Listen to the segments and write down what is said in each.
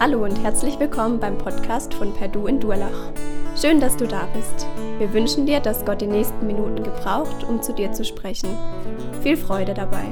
Hallo und herzlich willkommen beim Podcast von Perdu in Durlach. Schön, dass du da bist. Wir wünschen dir, dass Gott die nächsten Minuten gebraucht, um zu dir zu sprechen. Viel Freude dabei.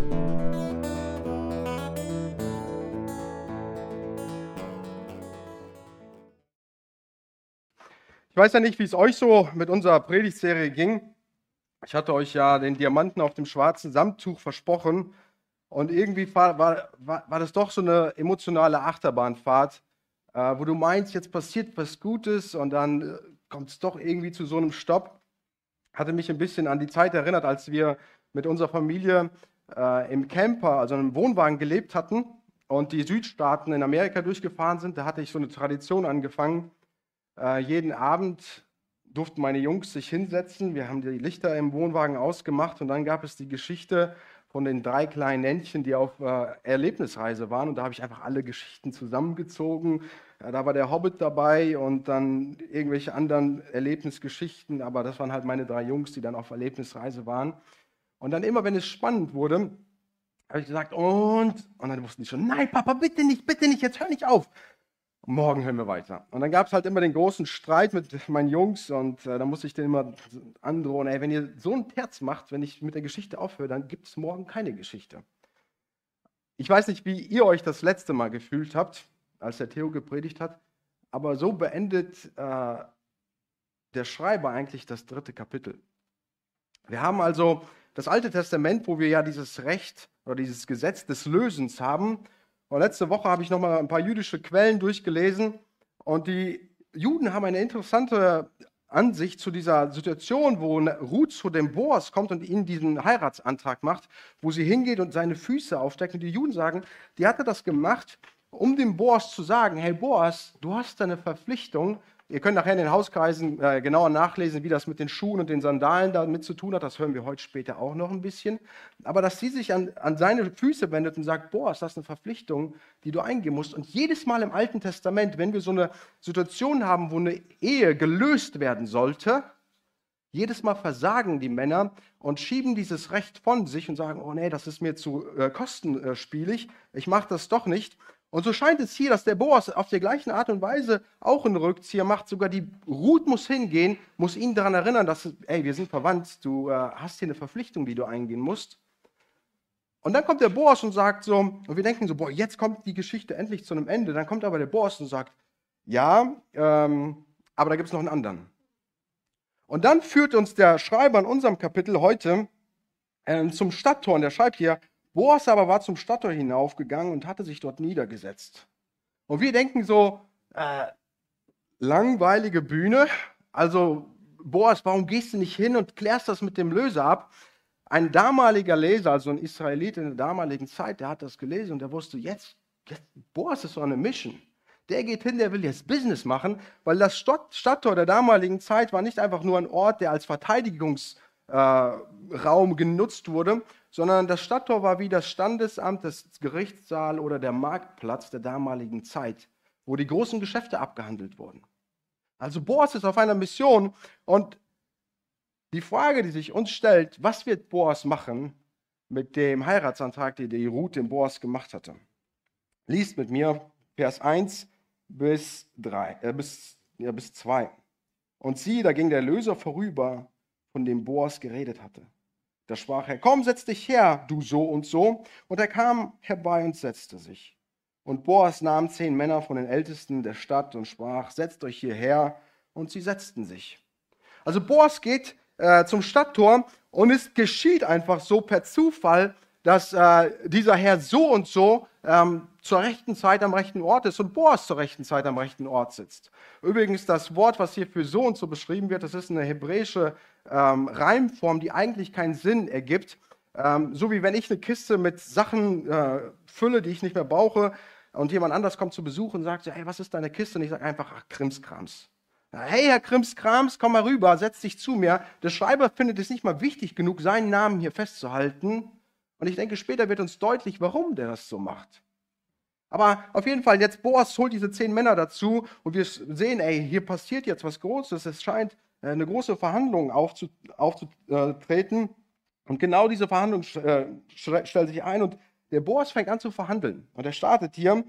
Ich weiß ja nicht, wie es euch so mit unserer Predigtserie ging. Ich hatte euch ja den Diamanten auf dem schwarzen Samttuch versprochen. Und irgendwie war das doch so eine emotionale Achterbahnfahrt, wo du meinst, jetzt passiert was Gutes und dann kommt es doch irgendwie zu so einem Stopp. Hatte mich ein bisschen an die Zeit erinnert, als wir mit unserer Familie im Camper, also im Wohnwagen gelebt hatten und die Südstaaten in Amerika durchgefahren sind. Da hatte ich so eine Tradition angefangen. Jeden Abend durften meine Jungs sich hinsetzen. Wir haben die Lichter im Wohnwagen ausgemacht und dann gab es die Geschichte von den 3 kleinen Entchen, die auf Erlebnisreise waren. Und da habe ich einfach alle Geschichten zusammengezogen. Da war der Hobbit dabei und dann irgendwelche anderen Erlebnisgeschichten. Aber das waren halt meine 3 Jungs, die dann auf Erlebnisreise waren. Und dann immer, wenn es spannend wurde, habe ich gesagt, und dann wussten die schon, nein, Papa, bitte nicht, jetzt hör nicht auf. Morgen hören wir weiter. Und dann gab es halt immer den großen Streit mit meinen Jungs und da musste ich denen immer androhen, ey, wenn ihr so einen Terz macht, wenn ich mit der Geschichte aufhöre, dann gibt es morgen keine Geschichte. Ich weiß nicht, wie ihr euch das letzte Mal gefühlt habt, als der Theo gepredigt hat, aber so beendet der Schreiber eigentlich das 3. Kapitel. Wir haben also das Alte Testament, wo wir ja dieses Recht oder dieses Gesetz des Lösens haben. Und letzte Woche habe ich nochmal ein paar jüdische Quellen durchgelesen und die Juden haben eine interessante Ansicht zu dieser Situation, wo Ruth zu dem Boas kommt und ihnen diesen Heiratsantrag macht, wo sie hingeht und seine Füße aufsteckt. Und die Juden sagen, die hatte das gemacht, um dem Boas zu sagen, hey Boas, du hast eine Verpflichtung. Ihr könnt nachher in den Hauskreisen genauer nachlesen, wie das mit den Schuhen und den Sandalen damit zu tun hat. Das hören wir heute später auch noch ein bisschen. Aber dass sie sich an seine Füße wendet und sagt, Boas, das ist eine Verpflichtung, die du eingehen musst. Und jedes Mal im Alten Testament, wenn wir so eine Situation haben, wo eine Ehe gelöst werden sollte, jedes Mal versagen die Männer und schieben dieses Recht von sich und sagen, oh nee, das ist mir zu kostenspielig, ich mache das doch nicht. Und so scheint es hier, dass der Boas auf der gleichen Art und Weise auch einen Rückzieher macht. Sogar die Ruth muss hingehen, muss ihn daran erinnern, dass, ey, wir sind verwandt, du hast hier eine Verpflichtung, die du eingehen musst. Und dann kommt der Boas und sagt so, und wir denken so, boah, jetzt kommt die Geschichte endlich zu einem Ende. Dann kommt aber der Boas und sagt, ja, aber da gibt es noch einen anderen. Und dann führt uns der Schreiber in unserem Kapitel heute zum Stadttor. Und der schreibt hier, Boas aber war zum Stadttor hinaufgegangen und hatte sich dort niedergesetzt. Und wir denken so, langweilige Bühne. Also Boas, warum gehst du nicht hin und klärst das mit dem Löser ab? Ein damaliger Leser, also ein Israelit in der damaligen Zeit, der hat das gelesen und der wusste, jetzt Boas ist so eine Mission. Der geht hin, der will jetzt Business machen, weil das Stadttor der damaligen Zeit war nicht einfach nur ein Ort, der als Verteidigungsraum genutzt wurde, sondern das Stadttor war wie das Standesamt, das Gerichtssaal oder der Marktplatz der damaligen Zeit, wo die großen Geschäfte abgehandelt wurden. Also Boas ist auf einer Mission und die Frage, die sich uns stellt, was wird Boas machen mit dem Heiratsantrag, den die Ruth dem Boas gemacht hatte? Liest mit mir Vers 1 bis 2. Und sieh, da ging der Löser vorüber, von dem Boas geredet hatte. Da sprach er, komm, setz dich her, du so und so. Und er kam herbei und setzte sich. Und Boas nahm 10 Männer von den Ältesten der Stadt und sprach, setzt euch hierher. Und sie setzten sich. Also Boas geht zum Stadttor und es geschieht einfach so per Zufall, dass dieser Herr so und so zur rechten Zeit am rechten Ort ist und Boas zur rechten Zeit am rechten Ort sitzt. Übrigens, das Wort, was hier für so und so beschrieben wird, das ist eine hebräische Reimform, die eigentlich keinen Sinn ergibt. So wie wenn ich eine Kiste mit Sachen fülle, die ich nicht mehr brauche und jemand anders kommt zu Besuch und sagt, hey, was ist deine Kiste? Und ich sage einfach, ach, Krimskrams. Hey, Herr Krimskrams, komm mal rüber, setz dich zu mir. Der Schreiber findet es nicht mal wichtig genug, seinen Namen hier festzuhalten. Und ich denke, später wird uns deutlich, warum der das so macht. Aber auf jeden Fall, jetzt Boas holt diese 10 Männer dazu und wir sehen, ey, hier passiert jetzt was Großes. Es scheint eine große Verhandlung aufzutreten. Und genau diese Verhandlung stellt sich ein und der Boas fängt an zu verhandeln. Und er startet hier,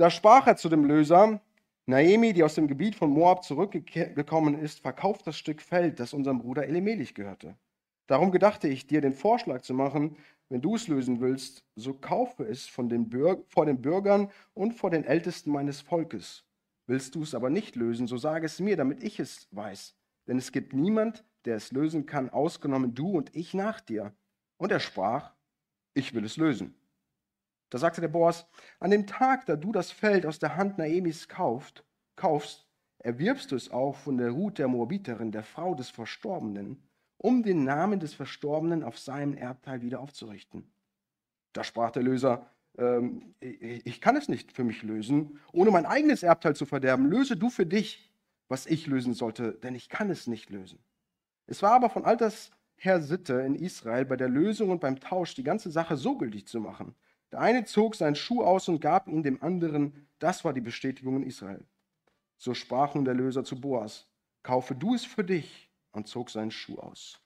Da sprach er zu dem Löser: Naomi, die aus dem Gebiet von Moab zurückgekommen ist, verkauft das Stück Feld, das unserem Bruder Elimelech gehörte. Darum gedachte ich, dir den Vorschlag zu machen: Wenn du es lösen willst, so kaufe es vor den Bürgern und vor den Ältesten meines Volkes. Willst du es aber nicht lösen, so sage es mir, damit ich es weiß. Denn es gibt niemand, der es lösen kann, ausgenommen du und ich nach dir. Und er sprach: Ich will es lösen. Da sagte der Boas: An dem Tag, da du das Feld aus der Hand Naemis kaufst, erwirbst du es auch von der Ruth der Moabiterin, der Frau des Verstorbenen, um den Namen des Verstorbenen auf seinem Erbteil wieder aufzurichten. Da sprach der Löser: Ich kann es nicht für mich lösen, ohne mein eigenes Erbteil zu verderben. Löse du für dich, was ich lösen sollte, denn ich kann es nicht lösen. Es war aber von alters her Sitte in Israel, bei der Lösung und beim Tausch die ganze Sache so gültig zu machen. Der eine zog seinen Schuh aus und gab ihn dem anderen. Das war die Bestätigung in Israel. So sprach nun der Löser zu Boas: Kaufe du es für dich, und zog seinen Schuh aus.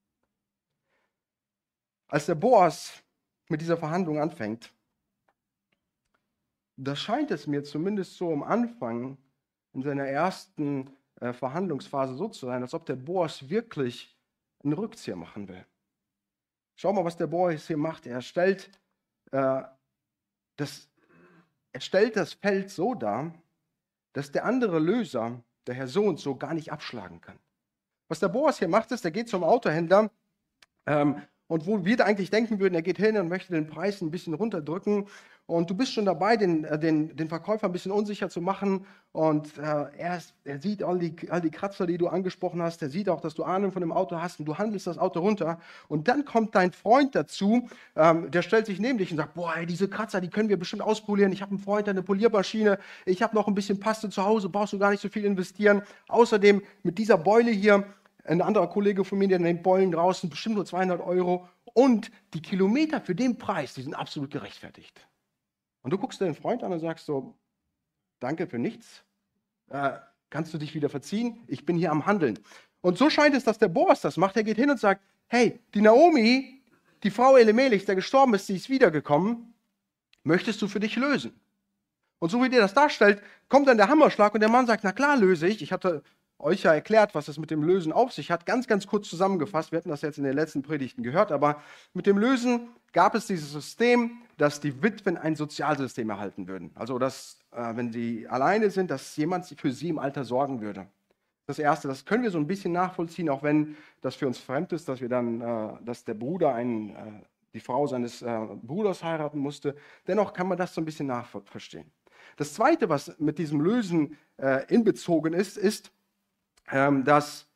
Als der Boas mit dieser Verhandlung anfängt, da scheint es mir zumindest so am Anfang in seiner ersten Verhandlungsphase so zu sein, als ob der Boas wirklich einen Rückzieher machen will. Schau mal, was der Boas hier macht. Er stellt das Feld so dar, dass der andere Löser, der Herr so und so, gar nicht abschlagen kann. Was der Boas hier macht, ist, er geht zum Autohändler und wo wir eigentlich denken würden, er geht hin und möchte den Preis ein bisschen runterdrücken und du bist schon dabei, den Verkäufer ein bisschen unsicher zu machen und er sieht all die Kratzer, die du angesprochen hast, er sieht auch, dass du Ahnung von dem Auto hast und du handelst das Auto runter und dann kommt dein Freund dazu, der stellt sich neben dich und sagt: Boah, ey, diese Kratzer, die können wir bestimmt auspolieren, ich habe einen Freund, der eine Poliermaschine, ich habe noch ein bisschen Paste zu Hause, brauchst du gar nicht so viel investieren. Außerdem mit dieser Beule hier, ein anderer Kollege von mir, der nimmt Beulen draußen, bestimmt nur 200 Euro. Und die Kilometer für den Preis, die sind absolut gerechtfertigt. Und du guckst deinen Freund an und sagst so: Danke für nichts. Kannst du dich wieder verziehen? Ich bin hier am Handeln. Und so scheint es, dass der Boas das macht. Er geht hin und sagt: Hey, die Naomi, die Frau Elimelech, der gestorben ist, die ist wiedergekommen. Möchtest du für dich lösen? Und so wie der das darstellt, kommt dann der Hammerschlag und der Mann sagt: Na klar, löse ich. Ich hatte euch ja erklärt, was es mit dem Lösen auf sich hat. Ganz, ganz kurz zusammengefasst. Wir hatten das jetzt in den letzten Predigten gehört. Aber mit dem Lösen gab es dieses System, dass die Witwen ein Sozialsystem erhalten würden. Also, dass, wenn sie alleine sind, dass jemand für sie im Alter sorgen würde. Das Erste, das können wir so ein bisschen nachvollziehen, auch wenn das für uns fremd ist, dass wir dann, dass der Bruder die Frau seines Bruders heiraten musste. Dennoch kann man das so ein bisschen nachverstehen. Das Zweite, was mit diesem Lösen inbezogen ist, ist, dass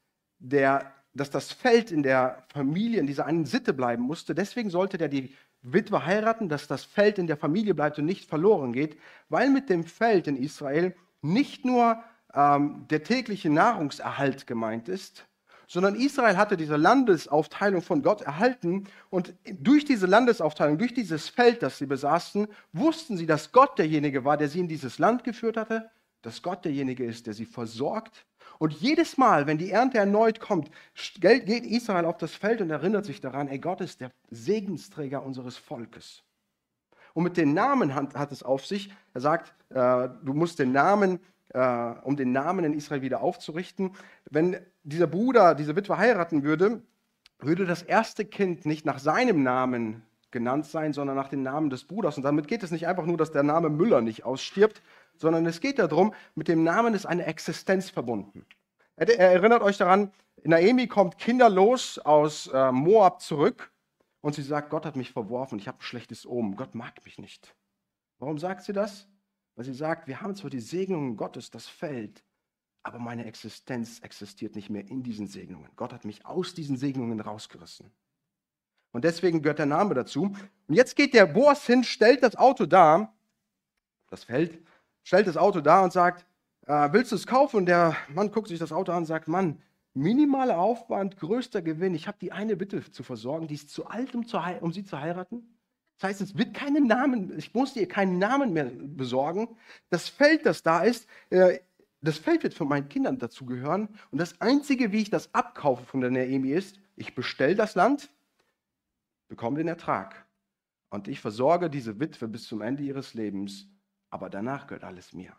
das Feld in der Familie, in dieser einen Sitte bleiben musste. Deswegen sollte der die Witwe heiraten, dass das Feld in der Familie bleibt und nicht verloren geht, weil mit dem Feld in Israel nicht nur der tägliche Nahrungserhalt gemeint ist, sondern Israel hatte diese Landesaufteilung von Gott erhalten und durch diese Landesaufteilung, durch dieses Feld, das sie besaßen, wussten sie, dass Gott derjenige war, der sie in dieses Land geführt hatte, dass Gott derjenige ist, der sie versorgt. Und jedes Mal, wenn die Ernte erneut kommt, geht Israel auf das Feld und erinnert sich daran: Ey, Gott ist der Segensträger unseres Volkes. Und mit den Namen hat es auf sich. Er sagt, du musst den Namen, um den Namen in Israel wieder aufzurichten. Wenn dieser Bruder diese Witwe heiraten würde, würde das erste Kind nicht nach seinem Namen genannt sein, sondern nach dem Namen des Bruders. Und damit geht es nicht einfach nur, dass der Name Müller nicht ausstirbt, sondern es geht darum, mit dem Namen ist eine Existenz verbunden. Er erinnert euch daran, Naomi kommt kinderlos aus Moab zurück und sie sagt: Gott hat mich verworfen, ich habe ein schlechtes Omen, Gott mag mich nicht. Warum sagt sie das? Weil sie sagt: Wir haben zwar die Segnungen Gottes, das Feld, aber meine Existenz existiert nicht mehr in diesen Segnungen. Gott hat mich aus diesen Segnungen rausgerissen. Und deswegen gehört der Name dazu. Und jetzt geht der Boas hin, stellt das Auto dar, das Feld, stellt das Auto dar und sagt: Willst du es kaufen? Und der Mann guckt sich das Auto an und sagt: Mann, minimaler Aufwand, größter Gewinn. Ich habe die eine Bitte zu versorgen, die ist zu alt, um sie zu heiraten. Das heißt, es wird keinen Namen, ich muss dir keinen Namen mehr besorgen. Das Feld, das da ist, das Feld wird von meinen Kindern dazugehören. Und das Einzige, wie ich das abkaufe von der Naomi ist, ich bestelle das Land, bekomme den Ertrag. Und ich versorge diese Witwe bis zum Ende ihres Lebens aber danach gehört alles mir.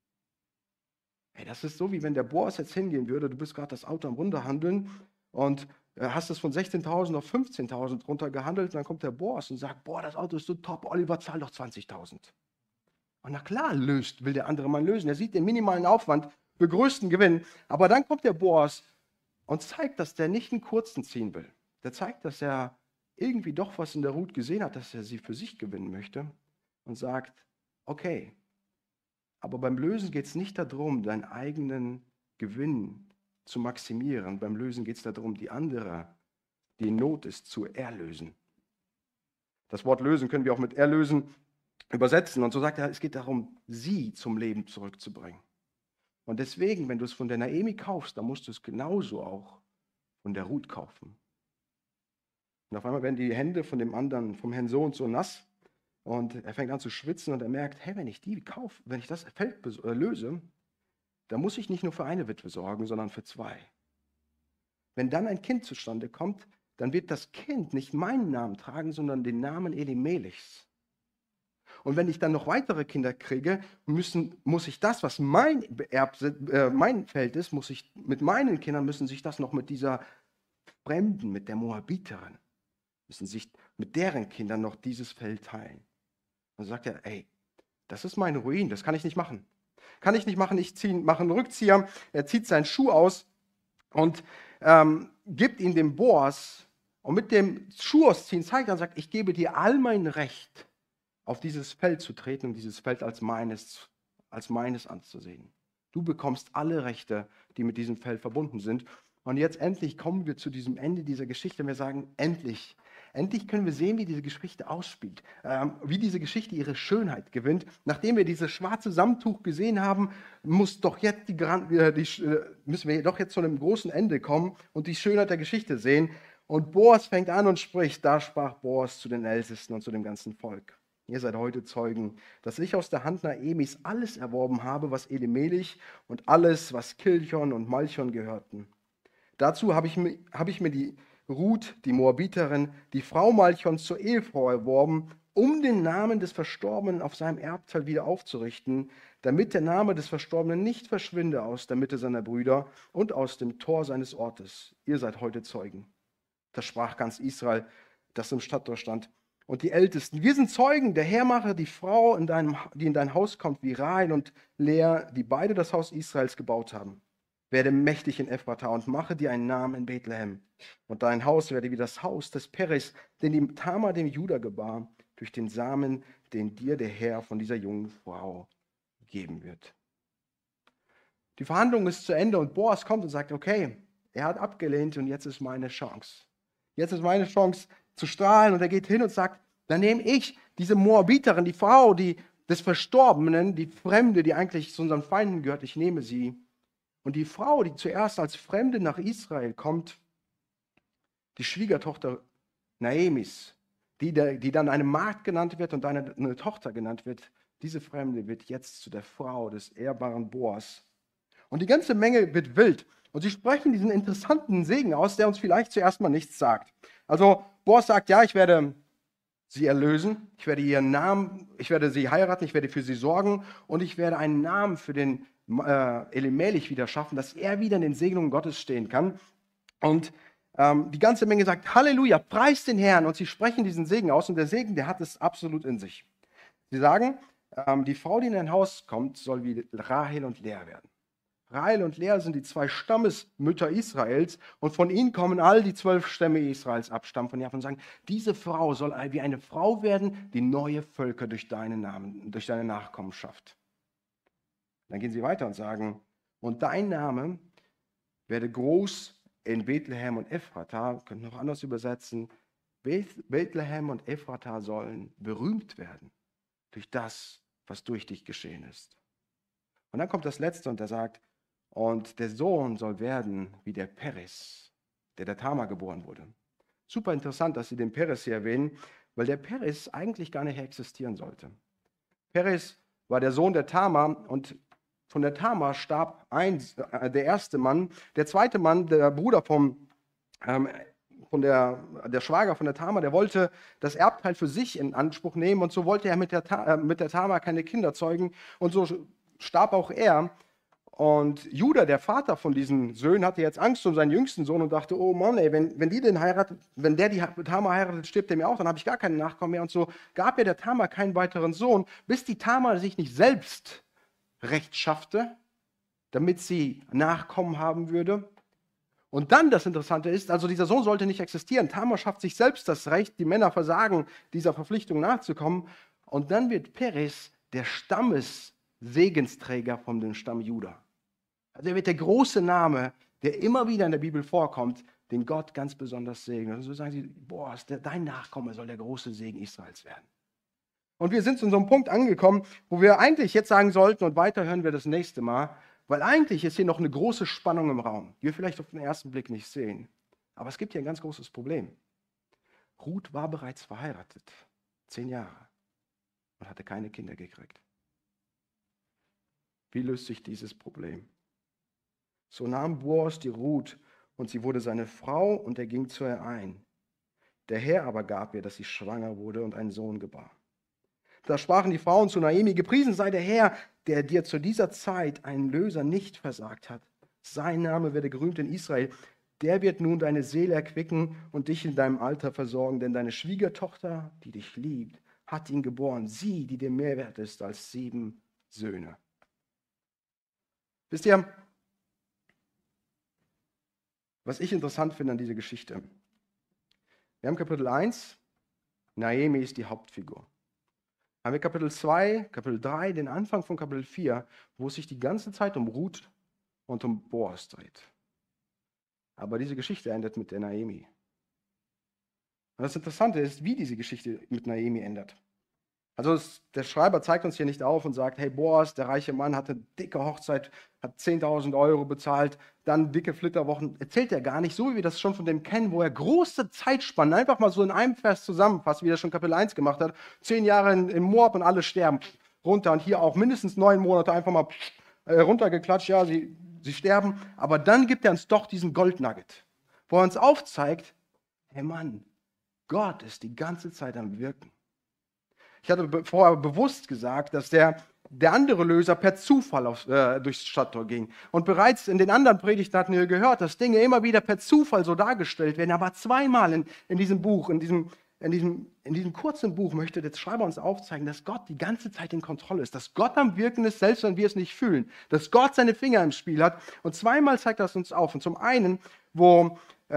Hey, das ist so, wie wenn der Boas jetzt hingehen würde, du bist gerade das Auto am Runterhandeln und hast es von 16.000 auf 15.000 runtergehandelt und dann kommt der Boas und sagt, boah, das Auto ist so top, Oliver, zahl doch 20.000. Und na klar, will der andere Mann lösen. Er sieht den minimalen Aufwand für größten Gewinn, aber dann kommt der Boas und zeigt, dass der nicht einen kurzen ziehen will. Der zeigt, dass er irgendwie doch was in der Ruth gesehen hat, dass er sie für sich gewinnen möchte und sagt, okay, aber beim Lösen geht es nicht darum, deinen eigenen Gewinn zu maximieren. Beim Lösen geht es darum, die andere, die in Not ist, zu erlösen. Das Wort lösen können wir auch mit erlösen übersetzen. Und so sagt er, es geht darum, sie zum Leben zurückzubringen. Und deswegen, wenn du es von der Naomi kaufst, dann musst du es genauso auch von der Ruth kaufen. Und auf einmal werden die Hände von dem anderen, vom Herrn so und so nass. Und er fängt an zu schwitzen und er merkt, hey, wenn ich die kaufe, wenn ich das Feld löse, dann muss ich nicht nur für eine Witwe sorgen, sondern für zwei. Wenn dann ein Kind zustande kommt, dann wird das Kind nicht meinen Namen tragen, sondern den Namen Elimelechs. Und wenn ich dann noch weitere Kinder kriege, muss ich das, was mein Feld ist, mit meinen Kindern müssen sich das noch mit dieser Fremden, mit der Moabiterin, müssen sich mit deren Kindern noch dieses Feld teilen. Und sagt er, ey, das ist mein Ruin, das kann ich nicht machen. Kann ich nicht machen, mache einen Rückzieher. Er zieht seinen Schuh aus und gibt ihn dem Boas. Und mit dem Schuh ausziehen zeigt er und sagt, ich gebe dir all mein Recht, auf dieses Feld zu treten und dieses Feld als meines anzusehen. Du bekommst alle Rechte, die mit diesem Feld verbunden sind. Und jetzt endlich kommen wir zu diesem Ende dieser Geschichte. Wir sagen, endlich können wir sehen, wie diese Geschichte ausspielt, wie diese Geschichte ihre Schönheit gewinnt. Nachdem wir dieses schwarze Samttuch gesehen haben, müssen wir doch jetzt zu einem großen Ende kommen und die Schönheit der Geschichte sehen. Und Boas fängt an und spricht, da sprach Boas zu den Ältesten und zu dem ganzen Volk. Ihr seid heute Zeugen, dass ich aus der Hand Naemis alles erworben habe, was Elimelech und alles, was Kilchon und Malchon gehörten. Dazu habe ich mir die Ruth, die Moabiterin, die Frau Malchons zur Ehefrau erworben, um den Namen des Verstorbenen auf seinem Erbteil wieder aufzurichten, damit der Name des Verstorbenen nicht verschwinde aus der Mitte seiner Brüder und aus dem Tor seines Ortes. Ihr seid heute Zeugen. Das sprach ganz Israel, das im Stadttor stand. Und die Ältesten, wir sind Zeugen, der Herr mache die Frau, die in dein Haus kommt, wie Rahel und Lea, die beide das Haus Israels gebaut haben. Werde mächtig in Ephrata und mache dir einen Namen in Bethlehem. Und dein Haus werde wie das Haus des Peres, den die Tamar dem Juda gebar, durch den Samen, den dir der Herr von dieser jungen Frau geben wird. Die Verhandlung ist zu Ende und Boas kommt und sagt, okay, er hat abgelehnt und jetzt ist meine Chance. Jetzt ist meine Chance zu strahlen und er geht hin und sagt, dann nehme ich diese Moabiterin, die Frau, des Verstorbenen, die Fremde, die eigentlich zu unseren Feinden gehört, ich nehme sie. Und die Frau, die zuerst als Fremde nach Israel kommt, die Schwiegertochter Naemis, die dann eine Magd genannt wird und eine Tochter genannt wird, diese Fremde wird jetzt zu der Frau des ehrbaren Boas. Und die ganze Menge wird wild. Und sie sprechen diesen interessanten Segen aus, der uns vielleicht zuerst mal nichts sagt. Also Boas sagt, ja, ich werde sie erlösen, ich werde sie heiraten, ich werde für sie sorgen und ich werde einen Namen für den Elimelech wieder schaffen, dass er wieder in den Segnungen Gottes stehen kann. Und die ganze Menge sagt, Halleluja, preist den Herrn. Und sie sprechen diesen Segen aus und der Segen, der hat es absolut in sich. Sie sagen, die Frau, die in dein Haus kommt, soll wie Rahel und Lea werden. Rahel und Lea sind die 2 Stammesmütter Israels und von ihnen kommen all die 12 Stämme Israels abstammen von Jakob und sagen, diese Frau soll wie eine Frau werden, die neue Völker durch deine Nachkommen schafft. Dann gehen sie weiter und sagen, und dein Name werde groß in Bethlehem und Ephrata, können noch anders übersetzen, Bethlehem und Ephrata sollen berühmt werden durch das, was durch dich geschehen ist. Und dann kommt das Letzte und er sagt, und der Sohn soll werden wie der Peres, der Tamar geboren wurde. Super interessant, dass sie den Peres hier erwähnen, weil der Peres eigentlich gar nicht existieren sollte. Peres war der Sohn der Tamar und von der Tamar starb der erste Mann. Der zweite Mann, der Bruder vom der Schwager von der Tamar, der wollte das Erbteil für sich in Anspruch nehmen und so wollte er mit der Tamar keine Kinder zeugen und so starb auch er. Und Juda, der Vater von diesen Söhnen, hatte jetzt Angst um seinen jüngsten Sohn und dachte, oh Mann, ey, wenn der die Tamar heiratet, stirbt er mir auch, dann habe ich gar keinen Nachkommen mehr. Und so gab er der Tamar keinen weiteren Sohn, bis die Tamar sich nicht selbst Recht schaffte, damit sie Nachkommen haben würde. Und dann das Interessante ist, also dieser Sohn sollte nicht existieren. Tamar schafft sich selbst das Recht, die Männer versagen, dieser Verpflichtung nachzukommen. Und dann wird Perez der Segensträger von dem Stamm Juda. Also er wird der große Name, der immer wieder in der Bibel vorkommt, den Gott ganz besonders segnet. Und so sagen sie, boah, dein Nachkomme soll der große Segen Israels werden. Und wir sind zu so einem Punkt angekommen, wo wir eigentlich jetzt sagen sollten, und weiter hören wir das nächste Mal, weil eigentlich ist hier noch eine große Spannung im Raum, die wir vielleicht auf den ersten Blick nicht sehen. Aber es gibt hier ein ganz großes Problem. Ruth war bereits verheiratet, 10 Jahre, und hatte keine Kinder gekriegt. Wie löst sich dieses Problem? So nahm Boas die Ruth und sie wurde seine Frau und er ging zu ihr ein. Der Herr aber gab ihr, dass sie schwanger wurde und einen Sohn gebar. Da sprachen die Frauen zu Naomi, gepriesen sei der Herr, der dir zu dieser Zeit einen Löser nicht versagt hat. Sein Name werde gerühmt in Israel. Der wird nun deine Seele erquicken und dich in deinem Alter versorgen, denn deine Schwiegertochter, die dich liebt, hat ihn geboren, sie, die dir mehr wert ist als 7 Söhne. Wisst ihr, was ich interessant finde an dieser Geschichte? Wir haben Kapitel 1, Naomi ist die Hauptfigur. Haben wir Kapitel 2, Kapitel 3, den Anfang von Kapitel 4, wo es sich die ganze Zeit um Ruth und um Boas dreht. Aber diese Geschichte endet mit der Naomi. Und das Interessante ist, wie diese Geschichte mit Naomi endet. Also der Schreiber zeigt uns hier nicht auf und sagt, hey Boas, der reiche Mann hatte eine dicke Hochzeit, hat 10.000 Euro bezahlt, dann dicke Flitterwochen. Erzählt er gar nicht, so wie wir das schon von dem kennen, wo er große Zeitspannen einfach mal so in einem Vers zusammenfasst, wie er schon Kapitel 1 gemacht hat. 10 Jahre in Moab und alle sterben runter und hier auch mindestens 9 Monate einfach mal runtergeklatscht, ja, sie sterben. Aber dann gibt er uns doch diesen Goldnugget, wo er uns aufzeigt, hey Mann, Gott ist die ganze Zeit am Wirken. Ich hatte vorher bewusst gesagt, dass der andere Löser per Zufall durchs Stadttor ging. Und bereits in den anderen Predigten hatten wir gehört, dass Dinge immer wieder per Zufall so dargestellt werden. Aber zweimal in diesem Buch, in diesem kurzen Buch möchte der Schreiber uns aufzeigen, dass Gott die ganze Zeit in Kontrolle ist. Dass Gott am Wirken ist, selbst wenn wir es nicht fühlen. Dass Gott seine Finger im Spiel hat. Und zweimal zeigt das uns auf. Und zum einen, wo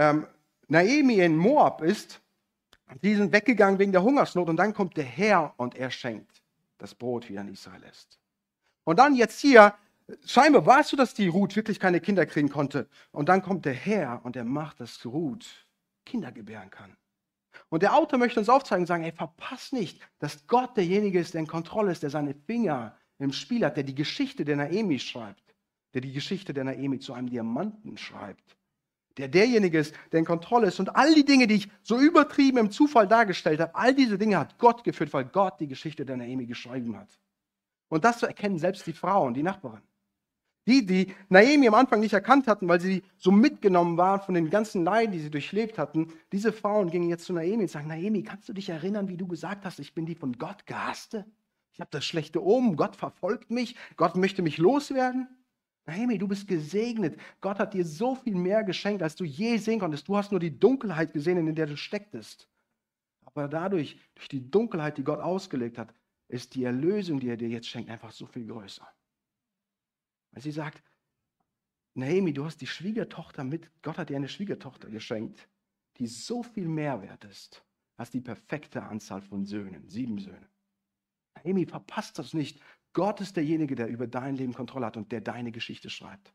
Naomi in Moab ist, die sind weggegangen wegen der Hungersnot und dann kommt der Herr und er schenkt das Brot wieder in Israel ist. Und dann jetzt hier, scheinbar war es so, dass die Ruth wirklich keine Kinder kriegen konnte. Und dann kommt der Herr und er macht, dass Ruth Kinder gebären kann. Und der Autor möchte uns aufzeigen und sagen, ey, verpass nicht, dass Gott derjenige ist, der in Kontrolle ist, der seine Finger im Spiel hat, der die Geschichte der Naomi schreibt, der die Geschichte der Naomi zu einem Diamanten schreibt. Derjenige ist, der in Kontrolle ist. Und all die Dinge, die ich so übertrieben im Zufall dargestellt habe, all diese Dinge hat Gott geführt, weil Gott die Geschichte der Naomi geschrieben hat. Und das zu erkennen selbst die Frauen, die Nachbarin. Die Naomi am Anfang nicht erkannt hatten, weil sie so mitgenommen waren von den ganzen Leiden, die sie durchlebt hatten. Diese Frauen gingen jetzt zu Naomi und sagen, Naomi, kannst du dich erinnern, wie du gesagt hast, ich bin die von Gott gehasste? Ich habe das schlechte Omen, Gott verfolgt mich, Gott möchte mich loswerden. Naomi, du bist gesegnet. Gott hat dir so viel mehr geschenkt, als du je sehen konntest. Du hast nur die Dunkelheit gesehen, in der du stecktest. Aber dadurch, durch die Dunkelheit, die Gott ausgelegt hat, ist die Erlösung, die er dir jetzt schenkt, einfach so viel größer. Weil sie sagt, Naomi, du hast die Schwiegertochter mit, Gott hat dir eine Schwiegertochter geschenkt, die so viel mehr wert ist, als die perfekte Anzahl von Söhnen, 7 Söhne. Naomi, verpasst das nicht. Gott ist derjenige, der über dein Leben Kontrolle hat und der deine Geschichte schreibt.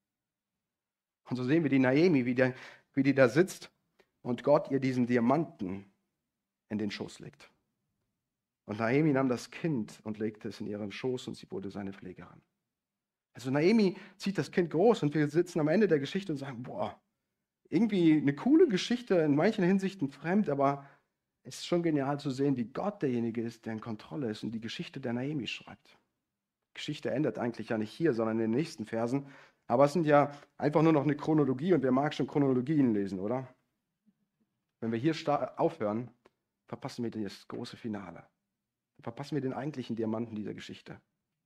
Und so sehen wir die Naomi, wie die da sitzt und Gott ihr diesen Diamanten in den Schoß legt. Und Naomi nahm das Kind und legte es in ihren Schoß und sie wurde seine Pflegerin. Also Naomi zieht das Kind groß und wir sitzen am Ende der Geschichte und sagen, boah, irgendwie eine coole Geschichte, in manchen Hinsichten fremd, aber es ist schon genial zu sehen, wie Gott derjenige ist, der in Kontrolle ist und die Geschichte der Naomi schreibt. Die Geschichte endet eigentlich ja nicht hier, sondern in den nächsten Versen. Aber es sind ja einfach nur noch eine Chronologie und wer mag schon Chronologien lesen, oder? wenn wir hier aufhören, verpassen wir das große Finale. Dann verpassen wir den eigentlichen Diamanten dieser Geschichte.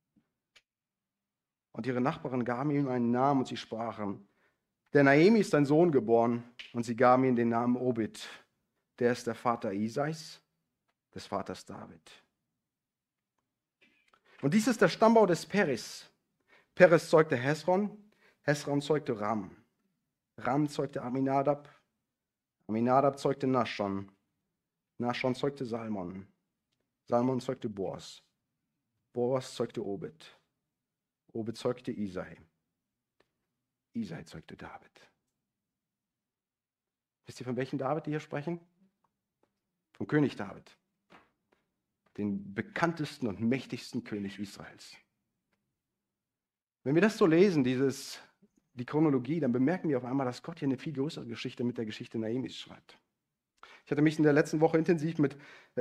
Und ihre Nachbarin gaben ihm einen Namen und sie sprachen, der Naemi ist ein Sohn geboren und sie gaben ihm den Namen Obed. Der ist der Vater Isais, des Vaters David. Und dies ist der Stammbau des Peres. Peres zeugte Hesron, Hesron zeugte Ram. Ram zeugte Aminadab, Aminadab zeugte Naschon, Naschon zeugte Salmon, Salmon zeugte Boas, Boas zeugte Obed, Obed zeugte Isai, Isai zeugte David. Wisst ihr, von welchem David die hier sprechen? Vom König David, den bekanntesten und mächtigsten König Israels. Wenn wir das so lesen, die Chronologie, dann bemerken wir auf einmal, dass Gott hier eine viel größere Geschichte mit der Geschichte Naemis schreibt. Ich hatte mich in der letzten Woche intensiv mit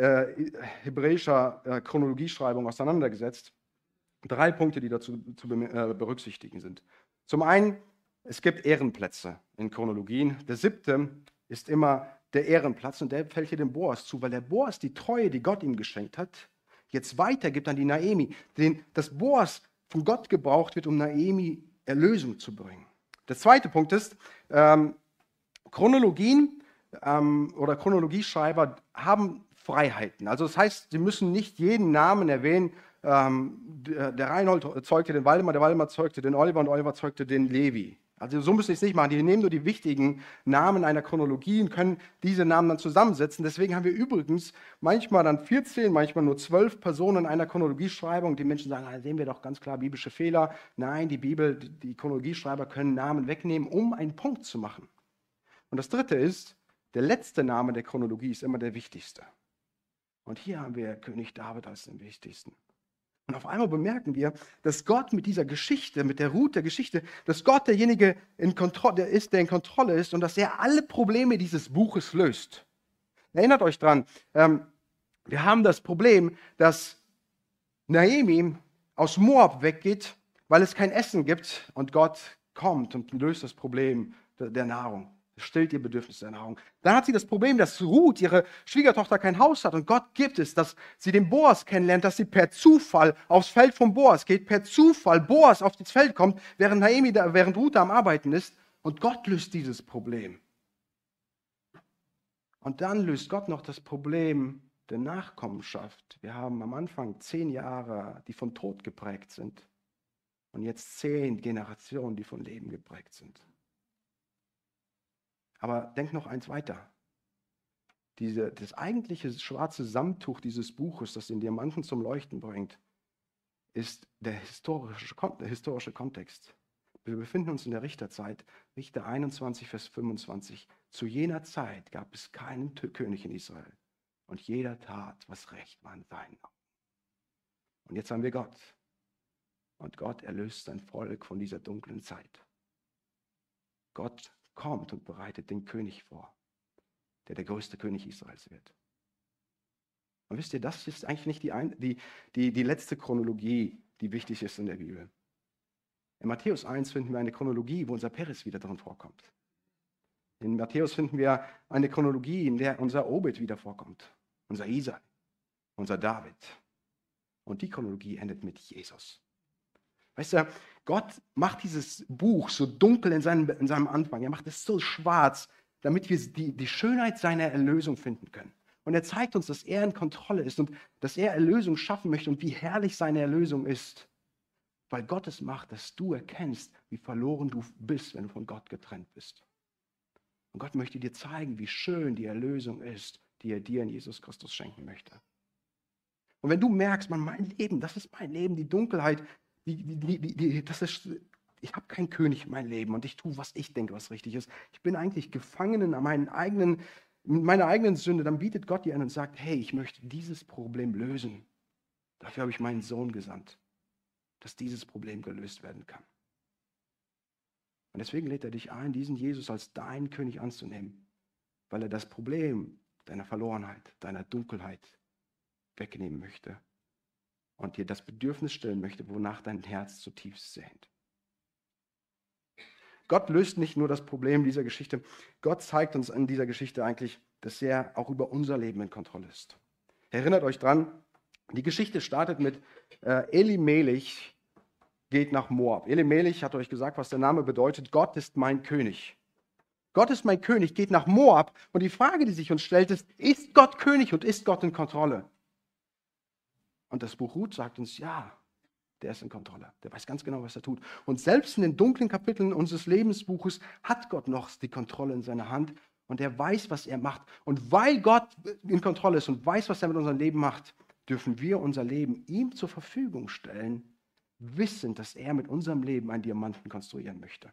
hebräischer Chronologieschreibung auseinandergesetzt. 3 Punkte, die dazu zu berücksichtigen sind. Zum einen, es gibt Ehrenplätze in Chronologien. Der 7. ist immer der Ehrenplatz und der fällt hier dem Boas zu, weil der Boas die Treue, die Gott ihm geschenkt hat, jetzt weitergibt an die Naemi, dass Boas von Gott gebraucht wird, um Naemi Erlösung zu bringen. Der 2. Punkt ist, Chronologien oder Chronologieschreiber haben Freiheiten. Also das heißt, sie müssen nicht jeden Namen erwähnen. Der Reinhold zeugte den Waldemar, der Waldemar zeugte den Oliver und Oliver zeugte den Levi. Also so müssen sie es nicht machen. Die nehmen nur die wichtigen Namen einer Chronologie und können diese Namen dann zusammensetzen. Deswegen haben wir übrigens manchmal dann 14, manchmal nur 12 Personen in einer Chronologieschreibung. Die Menschen sagen, da sehen wir doch ganz klar biblische Fehler. Nein, die Chronologieschreiber können Namen wegnehmen, um einen Punkt zu machen. Und das 3. ist, der letzte Name der Chronologie ist immer der wichtigste. Und hier haben wir König David als den wichtigsten. Und auf einmal bemerken wir, dass Gott mit dieser Geschichte, mit der Route der Geschichte, dass Gott derjenige der in Kontrolle ist und dass er alle Probleme dieses Buches löst. Erinnert euch dran, wir haben das Problem, dass Naemi aus Moab weggeht, weil es kein Essen gibt und Gott kommt und löst das Problem der Nahrung. Stillt ihr Bedürfnis der Nahrung. Dann hat sie das Problem, dass Ruth, ihre Schwiegertochter, kein Haus hat und Gott gibt es, dass sie den Boas kennenlernt, dass sie per Zufall aufs Feld von Boas geht, per Zufall Boas auf das Feld kommt, während Ruth da am Arbeiten ist und Gott löst dieses Problem. Und dann löst Gott noch das Problem der Nachkommenschaft. Wir haben am Anfang 10 Jahre, die von Tod geprägt sind und jetzt 10 Generationen, die von Leben geprägt sind. Aber denk noch eins weiter. Das eigentliche schwarze Samttuch dieses Buches, das den Diamanten zum Leuchten bringt, ist der historische Kontext. Wir befinden uns in der Richterzeit, Richter 21, Vers 25. Zu jener Zeit gab es keinen König in Israel und jeder tat, was recht war in seinen Augen. Und jetzt haben wir Gott. Und Gott erlöst sein Volk von dieser dunklen Zeit. Gott kommt und bereitet den König vor, der größte König Israels wird. Und wisst ihr, das ist eigentlich nicht die letzte Chronologie, die wichtig ist in der Bibel. In Matthäus 1 finden wir eine Chronologie, wo unser Peres wieder drin vorkommt. In Matthäus finden wir eine Chronologie, in der unser Obed wieder vorkommt, unser Isai, unser David. Und die Chronologie endet mit Jesus. Weißt du, Gott macht dieses Buch so dunkel in seinem Anfang. Er macht es so schwarz, damit wir die Schönheit seiner Erlösung finden können. Und er zeigt uns, dass er in Kontrolle ist und dass er Erlösung schaffen möchte und wie herrlich seine Erlösung ist. Weil Gott es macht, dass du erkennst, wie verloren du bist, wenn du von Gott getrennt bist. Und Gott möchte dir zeigen, wie schön die Erlösung ist, die er dir in Jesus Christus schenken möchte. Und wenn du merkst, mein Leben, das ist mein Leben, die Dunkelheit, ich habe keinen König in meinem Leben und ich tue, was ich denke, was richtig ist. Ich bin eigentlich gefangen in meiner eigenen Sünde. Dann bietet Gott dir an und sagt, hey, ich möchte dieses Problem lösen. Dafür habe ich meinen Sohn gesandt, dass dieses Problem gelöst werden kann. Und deswegen lädt er dich ein, diesen Jesus als deinen König anzunehmen, weil er das Problem deiner Verlorenheit, deiner Dunkelheit wegnehmen möchte. Und dir das Bedürfnis stillen möchte, wonach dein Herz zutiefst sehnt. Gott löst nicht nur das Problem dieser Geschichte, Gott zeigt uns in dieser Geschichte eigentlich, dass er auch über unser Leben in Kontrolle ist. Erinnert euch dran, die Geschichte startet mit Elimelech geht nach Moab. Elimelech hat euch gesagt, was der Name bedeutet. Gott ist mein König. Gott ist mein König, geht nach Moab. Und die Frage, die sich uns stellt, ist Gott König und ist Gott in Kontrolle? Und das Buch Ruth sagt uns, ja, der ist in Kontrolle. Der weiß ganz genau, was er tut. Und selbst in den dunklen Kapiteln unseres Lebensbuches hat Gott noch die Kontrolle in seiner Hand. Und er weiß, was er macht. Und weil Gott in Kontrolle ist und weiß, was er mit unserem Leben macht, dürfen wir unser Leben ihm zur Verfügung stellen, wissend, dass er mit unserem Leben einen Diamanten konstruieren möchte.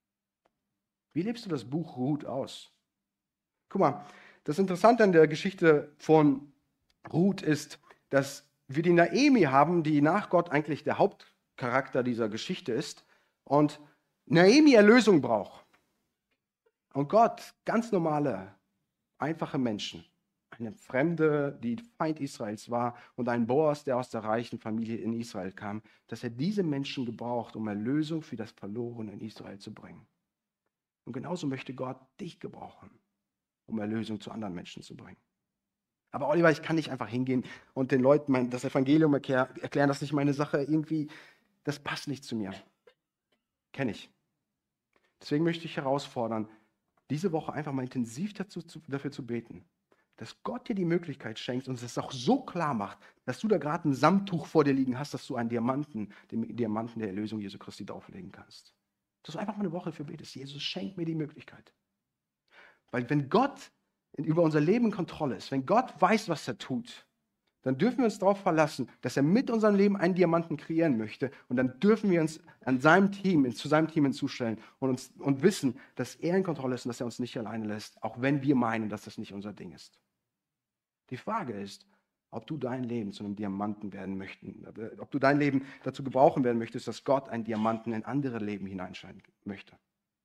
Wie lebst du das Buch Ruth aus? Guck mal, das Interessante an der Geschichte von Ruth ist, dass wir die Naomi haben, die nach Gott eigentlich der Hauptcharakter dieser Geschichte ist und Naomi Erlösung braucht. Und Gott, ganz normale, einfache Menschen, eine Fremde, die Feind Israels war und ein Boas, der aus der reichen Familie in Israel kam, dass er diese Menschen gebraucht, um Erlösung für das Verlorene in Israel zu bringen. Und genauso möchte Gott dich gebrauchen, um Erlösung zu anderen Menschen zu bringen. Aber Oliver, ich kann nicht einfach hingehen und den Leuten das Evangelium erklären, das ist nicht meine Sache, irgendwie, das passt nicht zu mir. Kenne ich. Deswegen möchte ich herausfordern, diese Woche einfach mal intensiv dafür zu beten, dass Gott dir die Möglichkeit schenkt und es auch so klar macht, dass du da gerade ein Samttuch vor dir liegen hast, dass du einen Diamanten, den Diamanten der Erlösung Jesu Christi drauflegen kannst. Dass du einfach mal eine Woche dafür betest, Jesus, schenk mir die Möglichkeit. Weil wenn Gott über unser Leben in Kontrolle ist, wenn Gott weiß, was er tut, dann dürfen wir uns darauf verlassen, dass er mit unserem Leben einen Diamanten kreieren möchte und dann dürfen wir uns zu seinem Team hinzustellen und wissen, dass er in Kontrolle ist und dass er uns nicht alleine lässt, auch wenn wir meinen, dass das nicht unser Ding ist. Die Frage ist, ob du dein Leben zu einem Diamanten werden möchtest, ob du dein Leben dazu gebrauchen werden möchtest, dass Gott einen Diamanten in andere Leben hineinscheinen möchte.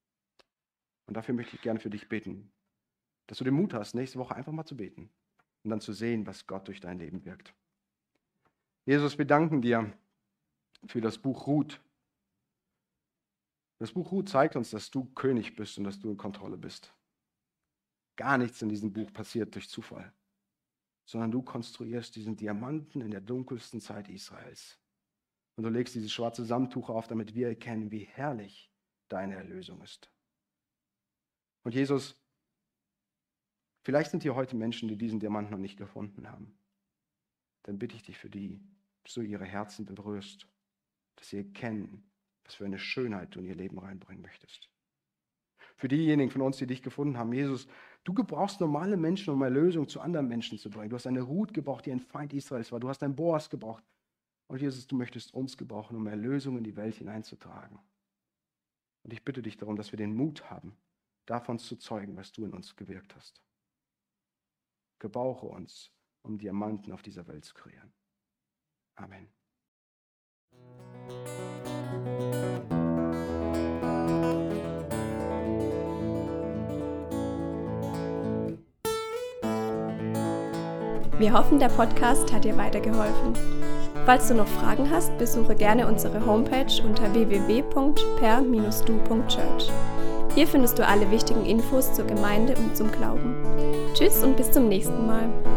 Und dafür möchte ich gerne für dich beten, dass du den Mut hast, nächste Woche einfach mal zu beten und dann zu sehen, was Gott durch dein Leben wirkt. Jesus, wir danken dir für das Buch Ruth. Das Buch Ruth zeigt uns, dass du König bist und dass du in Kontrolle bist. Gar nichts in diesem Buch passiert durch Zufall, sondern du konstruierst diesen Diamanten in der dunkelsten Zeit Israels. Und du legst dieses schwarze Samttuch auf, damit wir erkennen, wie herrlich deine Erlösung ist. Und Jesus, vielleicht sind hier heute Menschen, die diesen Diamanten noch nicht gefunden haben. Dann bitte ich dich für die, dass du ihre Herzen berührst, dass sie erkennen, was für eine Schönheit du in ihr Leben reinbringen möchtest. Für diejenigen von uns, die dich gefunden haben, Jesus, du gebrauchst normale Menschen, um Erlösung zu anderen Menschen zu bringen. Du hast eine Ruth gebraucht, die ein Feind Israels war. Du hast einen Boas gebraucht. Und Jesus, du möchtest uns gebrauchen, um Erlösung in die Welt hineinzutragen. Und ich bitte dich darum, dass wir den Mut haben, davon zu zeugen, was du in uns gewirkt hast. Gebrauche uns, um Diamanten auf dieser Welt zu kreieren. Amen. Wir hoffen, der Podcast hat dir weitergeholfen. Falls du noch Fragen hast, besuche gerne unsere Homepage unter www.per-du.church. Hier findest du alle wichtigen Infos zur Gemeinde und zum Glauben. Tschüss und bis zum nächsten Mal.